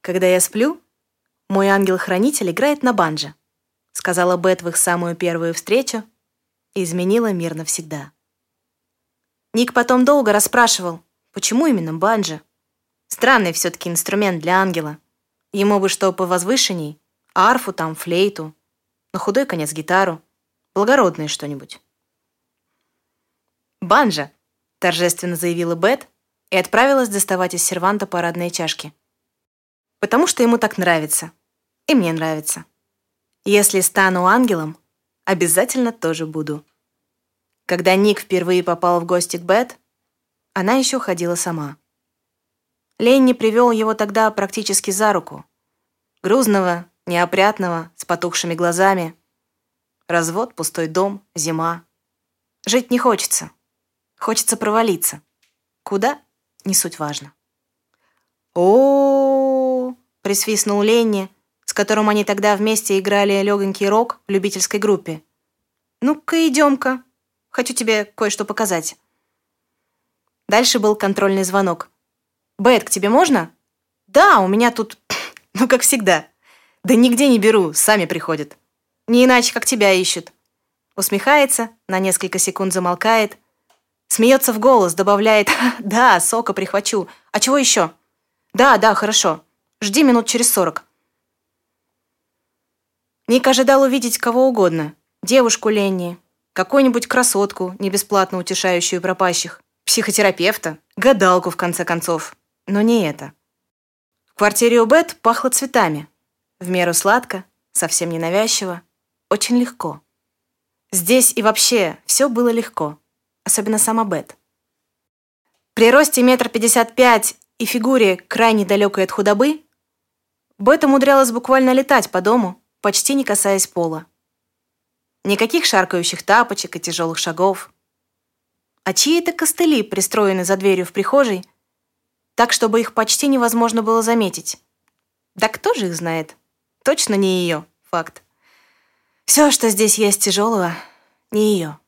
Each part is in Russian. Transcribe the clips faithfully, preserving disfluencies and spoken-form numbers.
«Когда я сплю, мой ангел-хранитель играет на банджо», сказала Бет в их самую первую встречу и изменила мир навсегда. Ник потом долго расспрашивал, почему именно банджо. Странный все-таки инструмент для ангела. Ему бы что повозвышенней, арфу там, флейту, на худой конец гитару, благородное что-нибудь. «Банджо», — торжественно заявила Бет и отправилась доставать из серванта парадные чашки. «Потому что ему так нравится. И мне нравится. Если стану ангелом, обязательно тоже буду». Когда Ник впервые попал в гости к Бет, она еще ходила сама. Ленни привел его тогда практически за руку. Грузного, неопрятного, с потухшими глазами. Развод, пустой дом, зима. Жить не хочется. Хочется провалиться. Куда? Не суть важно. О, -о, -о, -о присвистнул Ленни, с которым они тогда вместе играли легонький рок в любительской группе. «Ну-ка, идем-ка. Хочу тебе кое-что показать». Дальше был контрольный звонок. «Бет, к тебе можно?» «Да, у меня тут, ну, как всегда». «Да нигде не беру, сами приходят. Не иначе, как тебя ищут». Усмехается, на несколько секунд замолкает, смеется в голос, добавляет: «Да, сока прихвачу. А чего еще?» «Да, да, хорошо. Жди минут через сорок». Ник ожидал увидеть кого угодно. Девушку Ленни, какую-нибудь красотку, не бесплатно утешающую пропащих, психотерапевта, гадалку, в конце концов. Но не это. В квартире у Бет пахло цветами. В меру сладко, совсем ненавязчиво, очень легко. Здесь и вообще все было легко, особенно сама Бет. При росте метр пятьдесят пять и фигуре, крайне далекой от худобы, Бет умудрялась буквально летать по дому, почти не касаясь пола. Никаких шаркающих тапочек и тяжелых шагов. А чьи-то костыли пристроены за дверью в прихожей, так, чтобы их почти невозможно было заметить. Да кто же их знает? Точно не ее, факт. Все, что здесь есть тяжелого, не ее.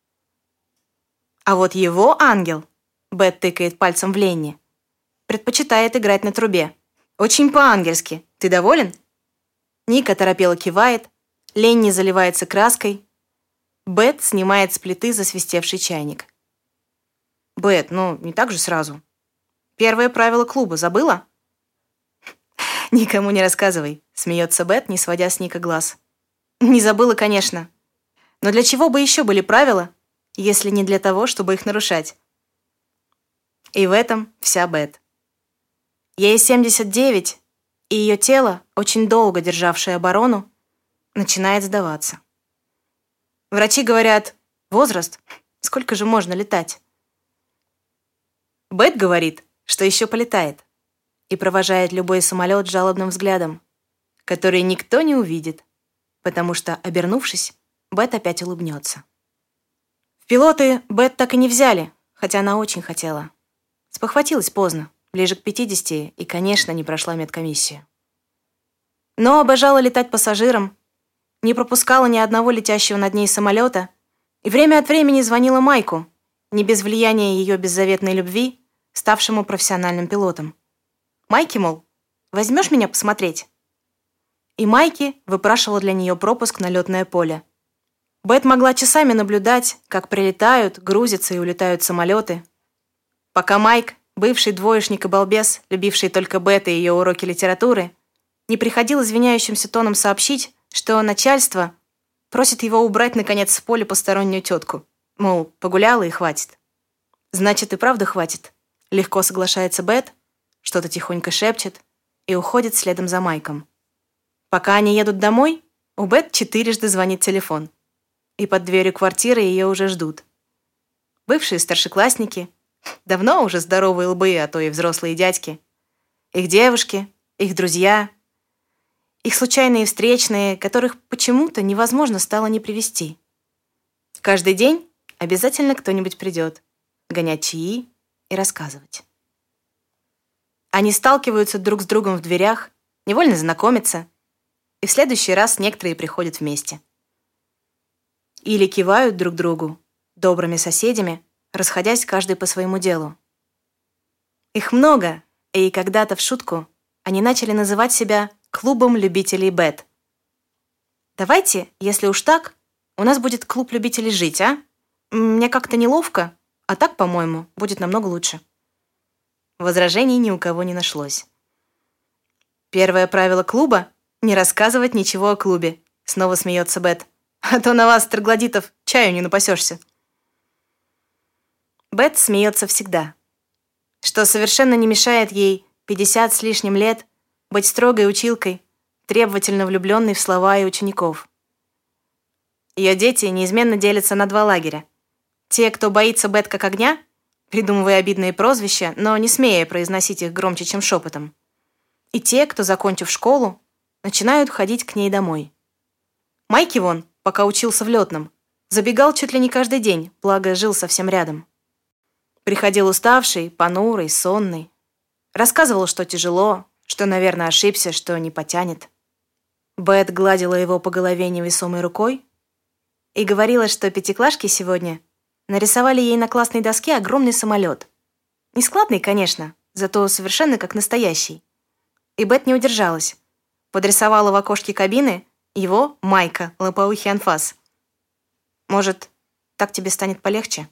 А вот его ангел, Бет тыкает пальцем в Ленни, предпочитает играть на трубе. Очень по-ангельски. Ты доволен? Ник оторопело кивает, Ленни заливается краской, Бет снимает с плиты засвистевший чайник. «Бет, ну, не так же сразу. Первое правило клуба забыла?» «Никому не рассказывай», — смеется Бет, не сводя с Ника глаз. «Не забыла, конечно. Но для чего бы еще были правила, если не для того, чтобы их нарушать?» И в этом вся Бет. Ей семьдесят девять, и ее тело, очень долго державшее оборону, начинает сдаваться. Врачи говорят: возраст, сколько же можно летать? Бет говорит, что еще полетает, и провожает любой самолет жалобным взглядом, который никто не увидит, потому что, обернувшись, Бет опять улыбнется. В пилоты Бет так и не взяли, хотя она очень хотела. Спохватилась поздно, ближе к пятидесяти, и, конечно, не прошла медкомиссию. Но обожала летать пассажиром, не пропускала ни одного летящего над ней самолета и время от времени звонила Майку, не без влияния ее беззаветной любви, ставшему профессиональным пилотом. Майки, мол, возьмешь меня посмотреть? И Майки выпрашивала для нее пропуск на летное поле. Бет могла часами наблюдать, как прилетают, грузятся и улетают самолеты, пока Майк, бывший двоечник и балбес, любивший только Бет и ее уроки литературы, не приходил извиняющимся тоном сообщить, что начальство просит его убрать, наконец, с поля постороннюю тетку. Мол, погуляла и хватит. «Значит, и правда хватит», — легко соглашается Бет, что-то тихонько шепчет и уходит следом за Майком. Пока они едут домой, у Бет четырежды звонит телефон, и под дверью квартиры ее уже ждут. Бывшие старшеклассники, давно уже здоровые лбы, а то и взрослые дядьки, их девушки, их друзья, их случайные встречные, которых почему-то невозможно стало не привести. Каждый день обязательно кто-нибудь придет, гонять чаи и рассказывать. Они сталкиваются друг с другом в дверях, невольно знакомятся, и в следующий раз некоторые приходят вместе. Или кивают друг другу, добрыми соседями, расходясь каждый по своему делу. Их много, и когда-то в шутку они начали называть себя «клубом любителей Бет». «Давайте, если уж так, у нас будет клуб любителей жить, а? Мне как-то неловко, а так, по-моему, будет намного лучше». Возражений ни у кого не нашлось. «Первое правило клуба — не рассказывать ничего о клубе», — снова смеется Бет. «А то на вас, троглодитов, чаю не напасешься». Бет смеется всегда, что совершенно не мешает ей пятьдесят с лишним лет быть строгой училкой, требовательно влюбленной в слова и учеников. Ее дети неизменно делятся на два лагеря. Те, кто боится Бет как огня, придумывая обидные прозвища, но не смея произносить их громче, чем шепотом. И те, кто, закончив школу, начинают ходить к ней домой. Майки вон, пока учился в летном, забегал чуть ли не каждый день, благо жил совсем рядом. Приходил уставший, понурый, сонный. Рассказывал, что тяжело, что, наверное, ошибся, что не потянет. Бет гладила его по голове невесомой рукой и говорила, что пятиклашки сегодня нарисовали ей на классной доске огромный самолет. Нескладный, конечно, зато совершенно как настоящий. И Бет не удержалась. Подрисовала в окошке кабины его, Майка, лопоухий анфас. «Может, так тебе станет полегче?»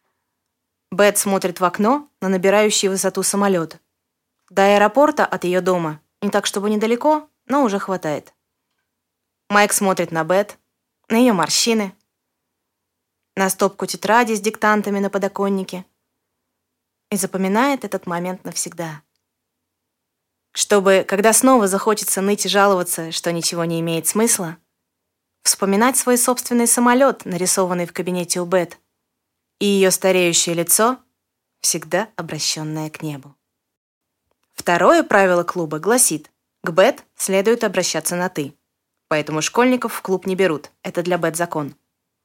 Бет смотрит в окно на набирающий высоту самолет. До аэропорта от ее дома не так, чтобы недалеко, но уже хватает. Майк смотрит на Бет, на ее морщины, на стопку тетради с диктантами на подоконнике и запоминает этот момент навсегда. Чтобы, когда снова захочется ныть и жаловаться, что ничего не имеет смысла, вспоминать свой собственный самолет, нарисованный в кабинете у Бет, и ее стареющее лицо, всегда обращенное к небу. Второе правило клуба гласит: к Бет следует обращаться на «ты». Поэтому школьников в клуб не берут. Это для Бет закон.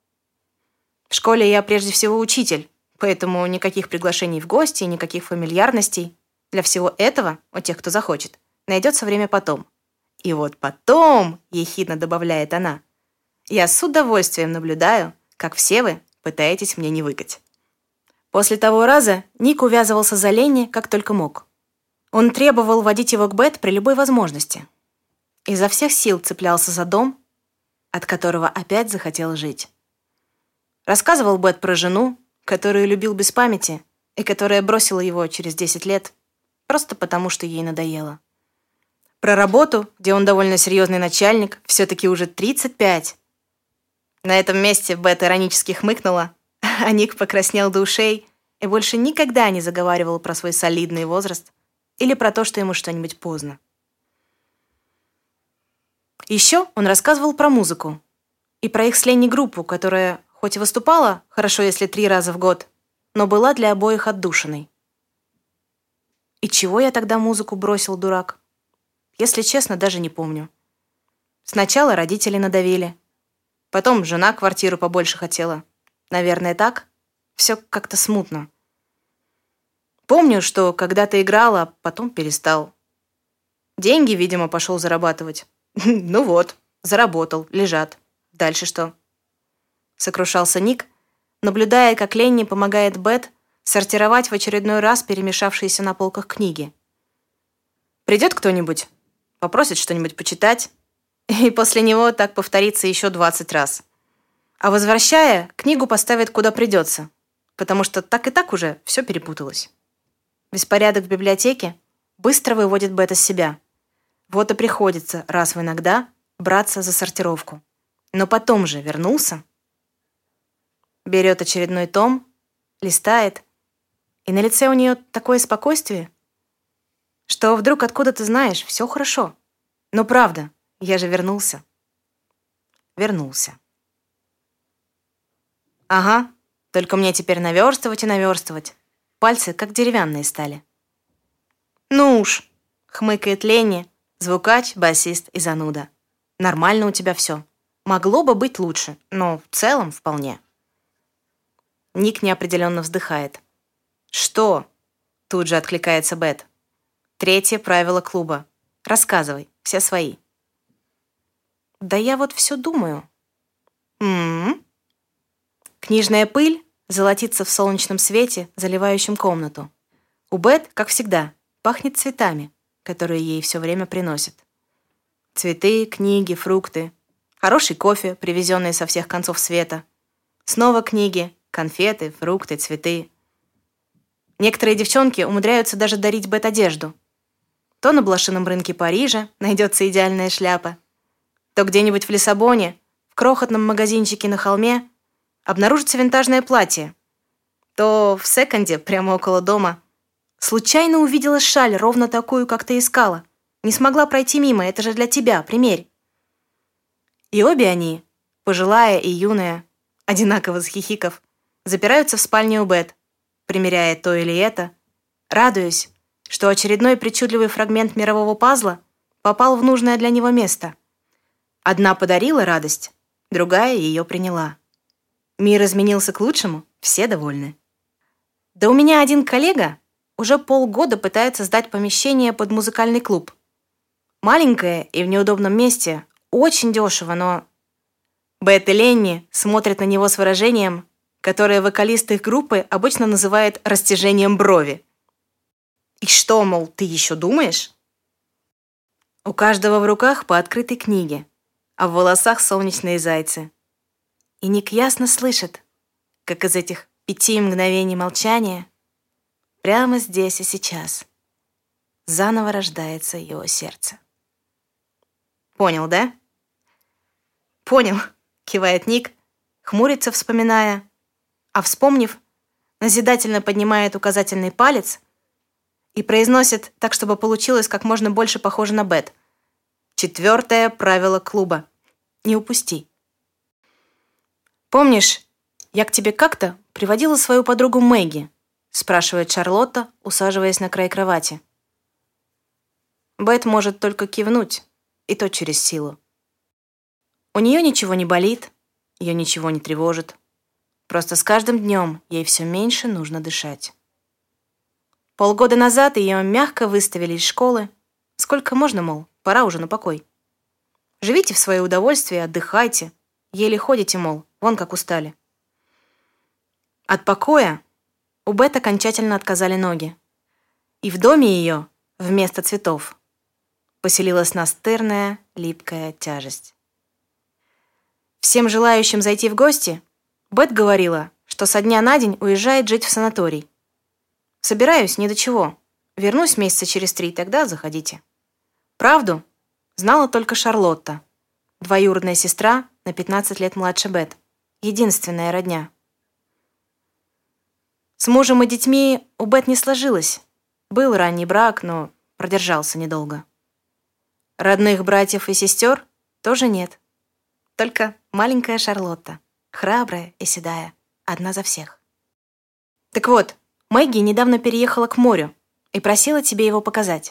В школе я прежде всего учитель, поэтому никаких приглашений в гости, никаких фамильярностей. Для всего этого, у тех, кто захочет, найдется время потом. И вот потом, ехидно добавляет она, я с удовольствием наблюдаю, как все вы пытаетесь мне не выкать. После того раза Ник увязывался за Ленни как только мог. Он требовал водить его к Бет при любой возможности. Изо всех сил цеплялся за дом, от которого опять захотел жить. Рассказывал Бет про жену, которую любил без памяти и которая бросила его через десять лет, просто потому, что ей надоело. Про работу, где он довольно серьезный начальник, все-таки уже тридцать пять. На этом месте Бет иронически хмыкнула, а Ник покраснел до ушей и больше никогда не заговаривал про свой солидный возраст или про то, что ему что-нибудь поздно. Еще он рассказывал про музыку и про их с Ленни группу, которая хоть и выступала, хорошо если три раза в год, но была для обоих отдушиной. И чего я тогда музыку бросил, дурак? Если честно, даже не помню. Сначала родители надавили, потом жена квартиру побольше хотела. Наверное, так? Все как-то смутно. Помню, что когда-то играла, а потом перестал. Деньги, видимо, пошел зарабатывать. Ну вот, заработал, лежат. Дальше что? Сокрушался Ник, наблюдая, как Ленни помогает Бет сортировать в очередной раз перемешавшиеся на полках книги. Придет кто-нибудь, попросит что-нибудь почитать, и после него так повторится еще двадцать раз. А возвращая, книгу поставит куда придется, потому что так и так уже все перепуталось. Беспорядок в библиотеке быстро выводит Бет из себя. Вот и приходится раз в иногда браться за сортировку. Но потом же вернулся, берет очередной том, листает, и на лице у нее такое спокойствие, что вдруг откуда ты знаешь, все хорошо. Но правда, я же вернулся. Вернулся. Ага, только мне теперь наверстывать и наверстывать. Пальцы как деревянные стали. Ну уж, хмыкает Ленни, звукач, басист и зануда. Нормально у тебя все. Могло бы быть лучше, но в целом вполне. Ник неопределенно вздыхает. «Что?» — тут же откликается Бет. «Третье правило клуба. Рассказывай, все свои». «Да я вот все думаю». «М-м-м». Книжная пыль золотится в солнечном свете, заливающем комнату. У Бет, как всегда, пахнет цветами, которые ей все время приносят. Цветы, книги, фрукты, хороший кофе, привезенный со всех концов света. Снова книги, конфеты, фрукты, цветы. Некоторые девчонки умудряются даже дарить Бет одежду. То на блошином рынке Парижа найдется идеальная шляпа, то где-нибудь в Лиссабоне, в крохотном магазинчике на холме, обнаружится винтажное платье, то в секонде прямо около дома случайно увидела шаль, ровно такую, как ты искала. Не смогла пройти мимо, это же для тебя, примерь. И обе они, пожилая и юная, одинаково схихиков, запираются в спальне у Бет, примеряя то или это, радуясь, что очередной причудливый фрагмент мирового пазла попал в нужное для него место. Одна подарила радость, другая ее приняла. Мир изменился к лучшему, все довольны. Да у меня один коллега уже полгода пытается сдать помещение под музыкальный клуб. Маленькое и в неудобном месте, очень дешево, но... Бет и Ленни смотрят на него с выражением, которое вокалист их группы обычно называет растяжением брови. И что, мол, ты еще думаешь? У каждого в руках по открытой книге, а в волосах солнечные зайцы. И Ник ясно слышит, как из этих пяти мгновений молчания прямо здесь и сейчас заново рождается его сердце. «Понял, да?» «Понял», — кивает Ник, хмурится, вспоминая, а вспомнив, назидательно поднимает указательный палец и произносит так, чтобы получилось как можно больше похоже на Бет. Четвертое правило клуба. Не упусти. «Помнишь, я к тебе как-то приводила свою подругу Мэгги?» спрашивает Шарлотта, усаживаясь на край кровати. Бет может только кивнуть, и то через силу. У нее ничего не болит, ее ничего не тревожит. Просто с каждым днем ей все меньше нужно дышать. Полгода назад ее мягко выставили из школы. Сколько можно, мол, пора уже на покой. Живите в свое удовольствие, отдыхайте. Еле ходите, мол, вон как устали. От покоя у Бет окончательно отказали ноги. И в доме ее, вместо цветов, поселилась настырная, липкая тяжесть. Всем желающим зайти в гости Бет говорила, что со дня на день уезжает жить в санаторий. «Собираюсь, ни до чего. Вернусь месяца через три, тогда заходите». Правду знала только Шарлотта, двоюродная сестра на пятнадцать лет младше Бет, единственная родня. С мужем и детьми у Бет не сложилось. Был ранний брак, но продержался недолго. Родных братьев и сестер тоже нет. Только маленькая Шарлотта, храбрая и седая, одна за всех. Так вот, Мэгги недавно переехала к морю и просила тебе его показать.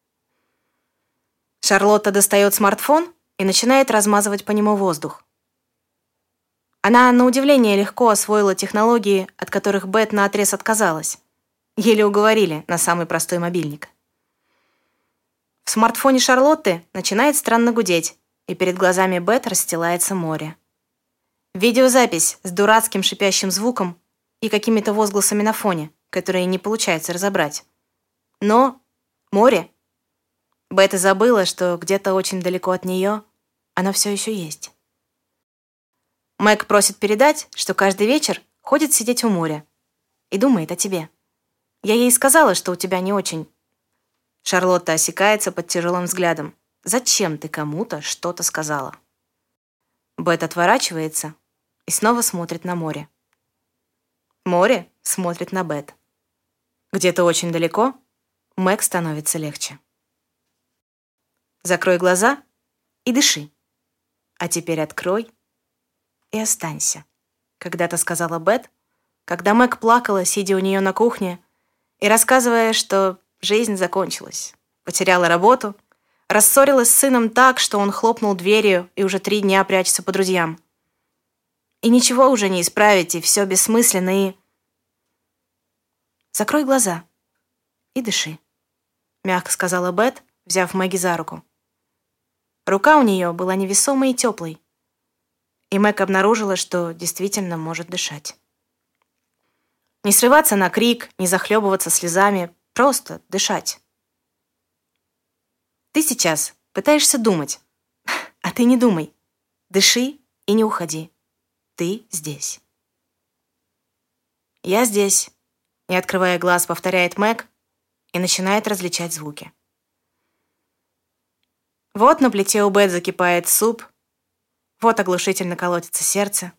Шарлотта достает смартфон и начинает размазывать по нему воздух. Она, на удивление, легко освоила технологии, от которых Бет наотрез отказалась. Еле уговорили на самый простой мобильник. В смартфоне Шарлотты начинает странно гудеть, и перед глазами Бет расстилается море. Видеозапись с дурацким шипящим звуком и какими-то возгласами на фоне, которые не получается разобрать. Но море. Бет и забыла, что где-то очень далеко от нее оно все еще есть. Мэг просит передать, что каждый вечер ходит сидеть у моря и думает о тебе. Я ей сказала, что у тебя не очень. Шарлотта осекается под тяжелым взглядом. Зачем ты кому-то что-то сказала? Бет отворачивается и снова смотрит на море. Море смотрит на Бет. Где-то очень далеко Мэг становится легче. Закрой глаза и дыши. А теперь открой и останься, когда-то сказала Бет, когда Мэг плакала, сидя у нее на кухне, и рассказывая, что жизнь закончилась, потеряла работу, рассорилась с сыном так, что он хлопнул дверью и уже три дня прячется по друзьям. И ничего уже не исправить, и все бессмысленно, и... «Закрой глаза и дыши», — мягко сказала Бет, взяв Мэгги за руку. Рука у нее была невесомой и теплой, и Мэг обнаружила, что действительно может дышать. Не срываться на крик, не захлебываться слезами, просто дышать. Ты сейчас пытаешься думать, а ты не думай. Дыши и не уходи. Ты здесь. Я здесь. Не открывая глаз, повторяет Мэг и начинает различать звуки. Вот на плите у Бет закипает суп, вот оглушительно колотится сердце.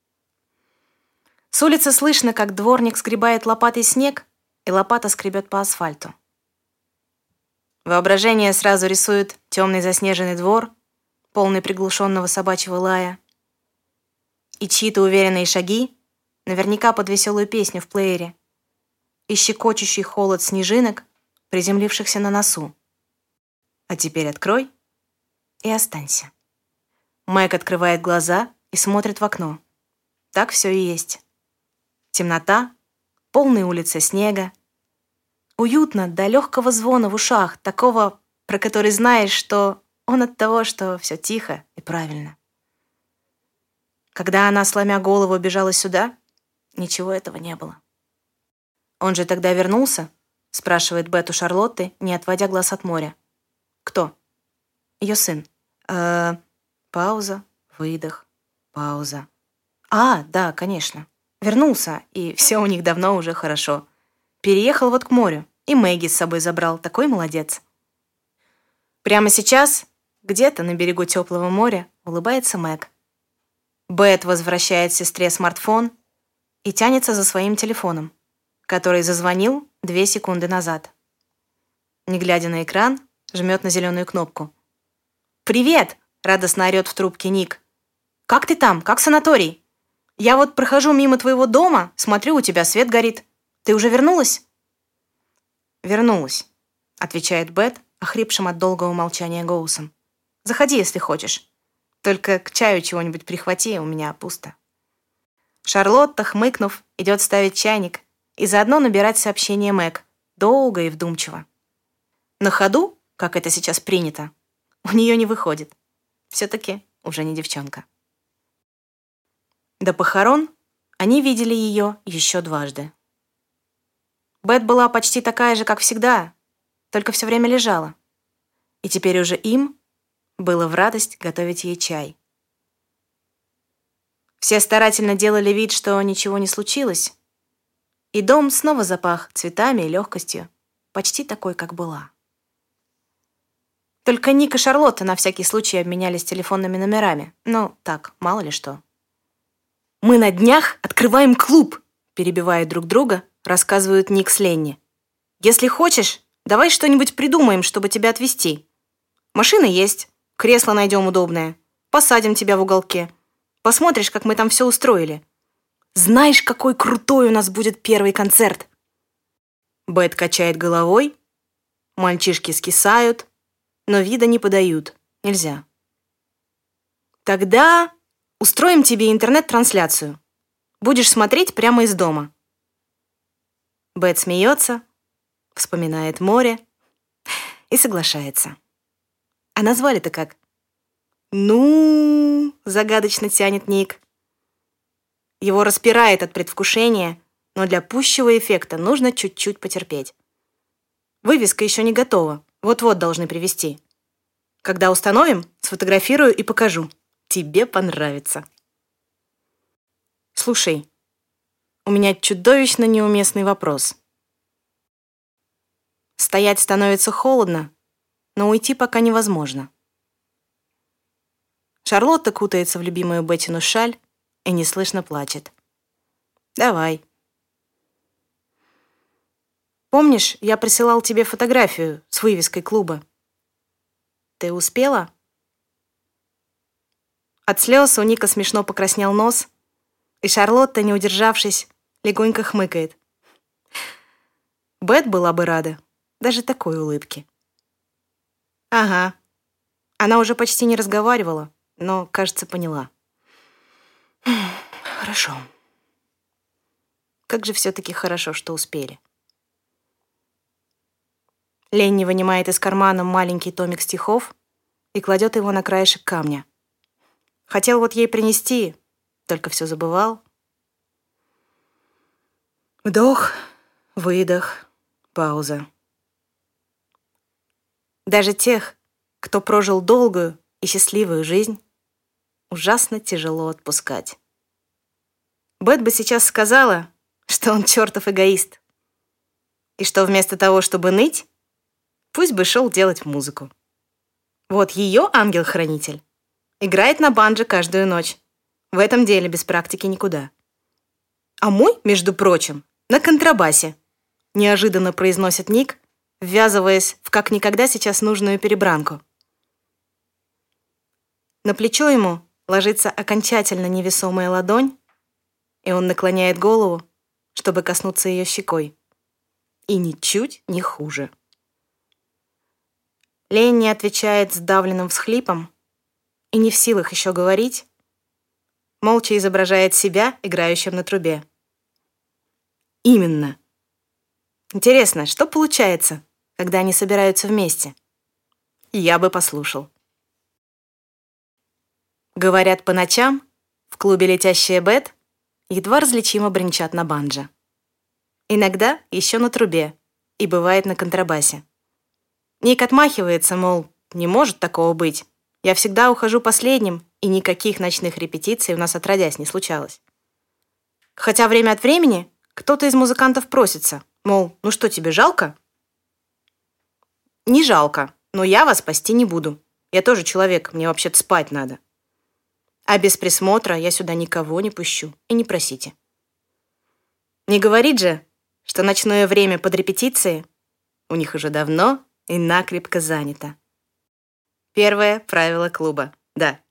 С улицы слышно, как дворник сгребает лопатой снег, и лопата скребет по асфальту. Воображение сразу рисует темный заснеженный двор, полный приглушенного собачьего лая, и чьи-то уверенные шаги, наверняка под веселую песню в плеере, и щекочущий холод снежинок, приземлившихся на носу. А теперь открой и останься. Мэг открывает глаза и смотрит в окно. Так все и есть. Темнота, полные улицы снега. Уютно до легкого звона в ушах, такого, про который знаешь, что он от того, что все тихо и правильно. Когда она, сломя голову, бежала сюда, ничего этого не было. «Он же тогда вернулся?» — спрашивает Бет у Шарлотты, не отводя глаз от моря. «Кто?» «Ее сын». «Э, пауза, выдох, пауза». «А, да, конечно. Вернулся, и все у них давно уже хорошо. Переехал вот к морю, и Мэгги с собой забрал. Такой молодец». Прямо сейчас, где-то на берегу теплого моря, улыбается Мэг. Бет возвращает сестре смартфон и тянется за своим телефоном, который зазвонил две секунды назад. Не глядя на экран, жмет на зеленую кнопку. «Привет!» — радостно орет в трубке Ник. «Как ты там? Как санаторий? Я вот прохожу мимо твоего дома, смотрю, у тебя свет горит. Ты уже вернулась?» «Вернулась», — отвечает Бет, охрипшим от долгого молчания голосом. «Заходи, если хочешь. Только к чаю чего-нибудь прихвати, у меня пусто». Шарлотта, хмыкнув, идет ставить чайник и заодно набирать сообщение Мэг, долго и вдумчиво. На ходу, как это сейчас принято, у нее не выходит. Все-таки уже не девчонка. До похорон они видели ее еще дважды. Бет была почти такая же, как всегда, только все время лежала. И теперь уже им было в радость готовить ей чай. Все старательно делали вид, что ничего не случилось, и дом снова запах цветами и легкостью, почти такой, как была. Только Ник и Шарлотта на всякий случай обменялись телефонными номерами. Ну, так, мало ли что. «Мы на днях открываем клуб», — перебивая друг друга, рассказывают Ник с Ленни. «Если хочешь, давай что-нибудь придумаем, чтобы тебя отвезти. Машина есть, кресло найдем удобное, посадим тебя в уголке. Посмотришь, как мы там все устроили. Знаешь, какой крутой у нас будет первый концерт?» Бет качает головой, мальчишки скисают, но вида не подают. Нельзя. «Тогда устроим тебе интернет-трансляцию. Будешь смотреть прямо из дома». Бет смеется, вспоминает море и соглашается. А назвали-то как? «Ну...» — загадочно тянет Ник. Его распирает от предвкушения, но для пущего эффекта нужно чуть-чуть потерпеть. Вывеска еще не готова, вот-вот должны привезти. Когда установим, сфотографирую и покажу. Тебе понравится. Слушай, у меня чудовищно неуместный вопрос. Стоять становится холодно, но уйти пока невозможно. Шарлотта кутается в любимую Беттину шаль и неслышно плачет. Давай. Помнишь, я присылал тебе фотографию с вывеской клуба? Ты успела? От слез у Ника смешно покраснел нос, и Шарлотта, не удержавшись, легонько хмыкает. Бет была бы рада даже такой улыбке. Ага. Она уже почти не разговаривала, но, кажется, поняла. Хорошо. Как же все-таки хорошо, что успели. Ленни вынимает из кармана маленький томик стихов и кладет его на краешек камня. Хотел вот ей принести, только все забывал. Вдох, выдох, пауза. Даже тех, кто прожил долгую и счастливую жизнь, ужасно тяжело отпускать. Бет бы сейчас сказала, что он чертов эгоист, и что вместо того, чтобы ныть, пусть бы шел делать музыку. Вот ее ангел-хранитель играет на банджо каждую ночь. В этом деле без практики никуда. А мой, между прочим, на контрабасе, неожиданно произносит Ник, ввязываясь в как никогда сейчас нужную перебранку. На плечо ему ложится окончательно невесомая ладонь, и он наклоняет голову, чтобы коснуться ее щекой. И ничуть не хуже. Ленни отвечает сдавленным всхлипом и не в силах еще говорить, молча изображает себя, играющим на трубе. Именно. Интересно, что получается, когда они собираются вместе? Я бы послушал. Говорят, по ночам в клубе «Летящая Бет» едва различимо бренчат на банджо. Иногда еще на трубе и бывает на контрабасе. Ник отмахивается, мол, не может такого быть. Я всегда ухожу последним, и никаких ночных репетиций у нас отродясь не случалось. Хотя время от времени кто-то из музыкантов просится, мол, ну что, тебе жалко? Не жалко, но я вас спасти не буду. Я тоже человек, мне вообще-то спать надо. А без присмотра я сюда никого не пущу, и не просите. Не говорит же, что ночное время под репетиции у них уже давно и накрепко занято. Первое правило клуба. Да,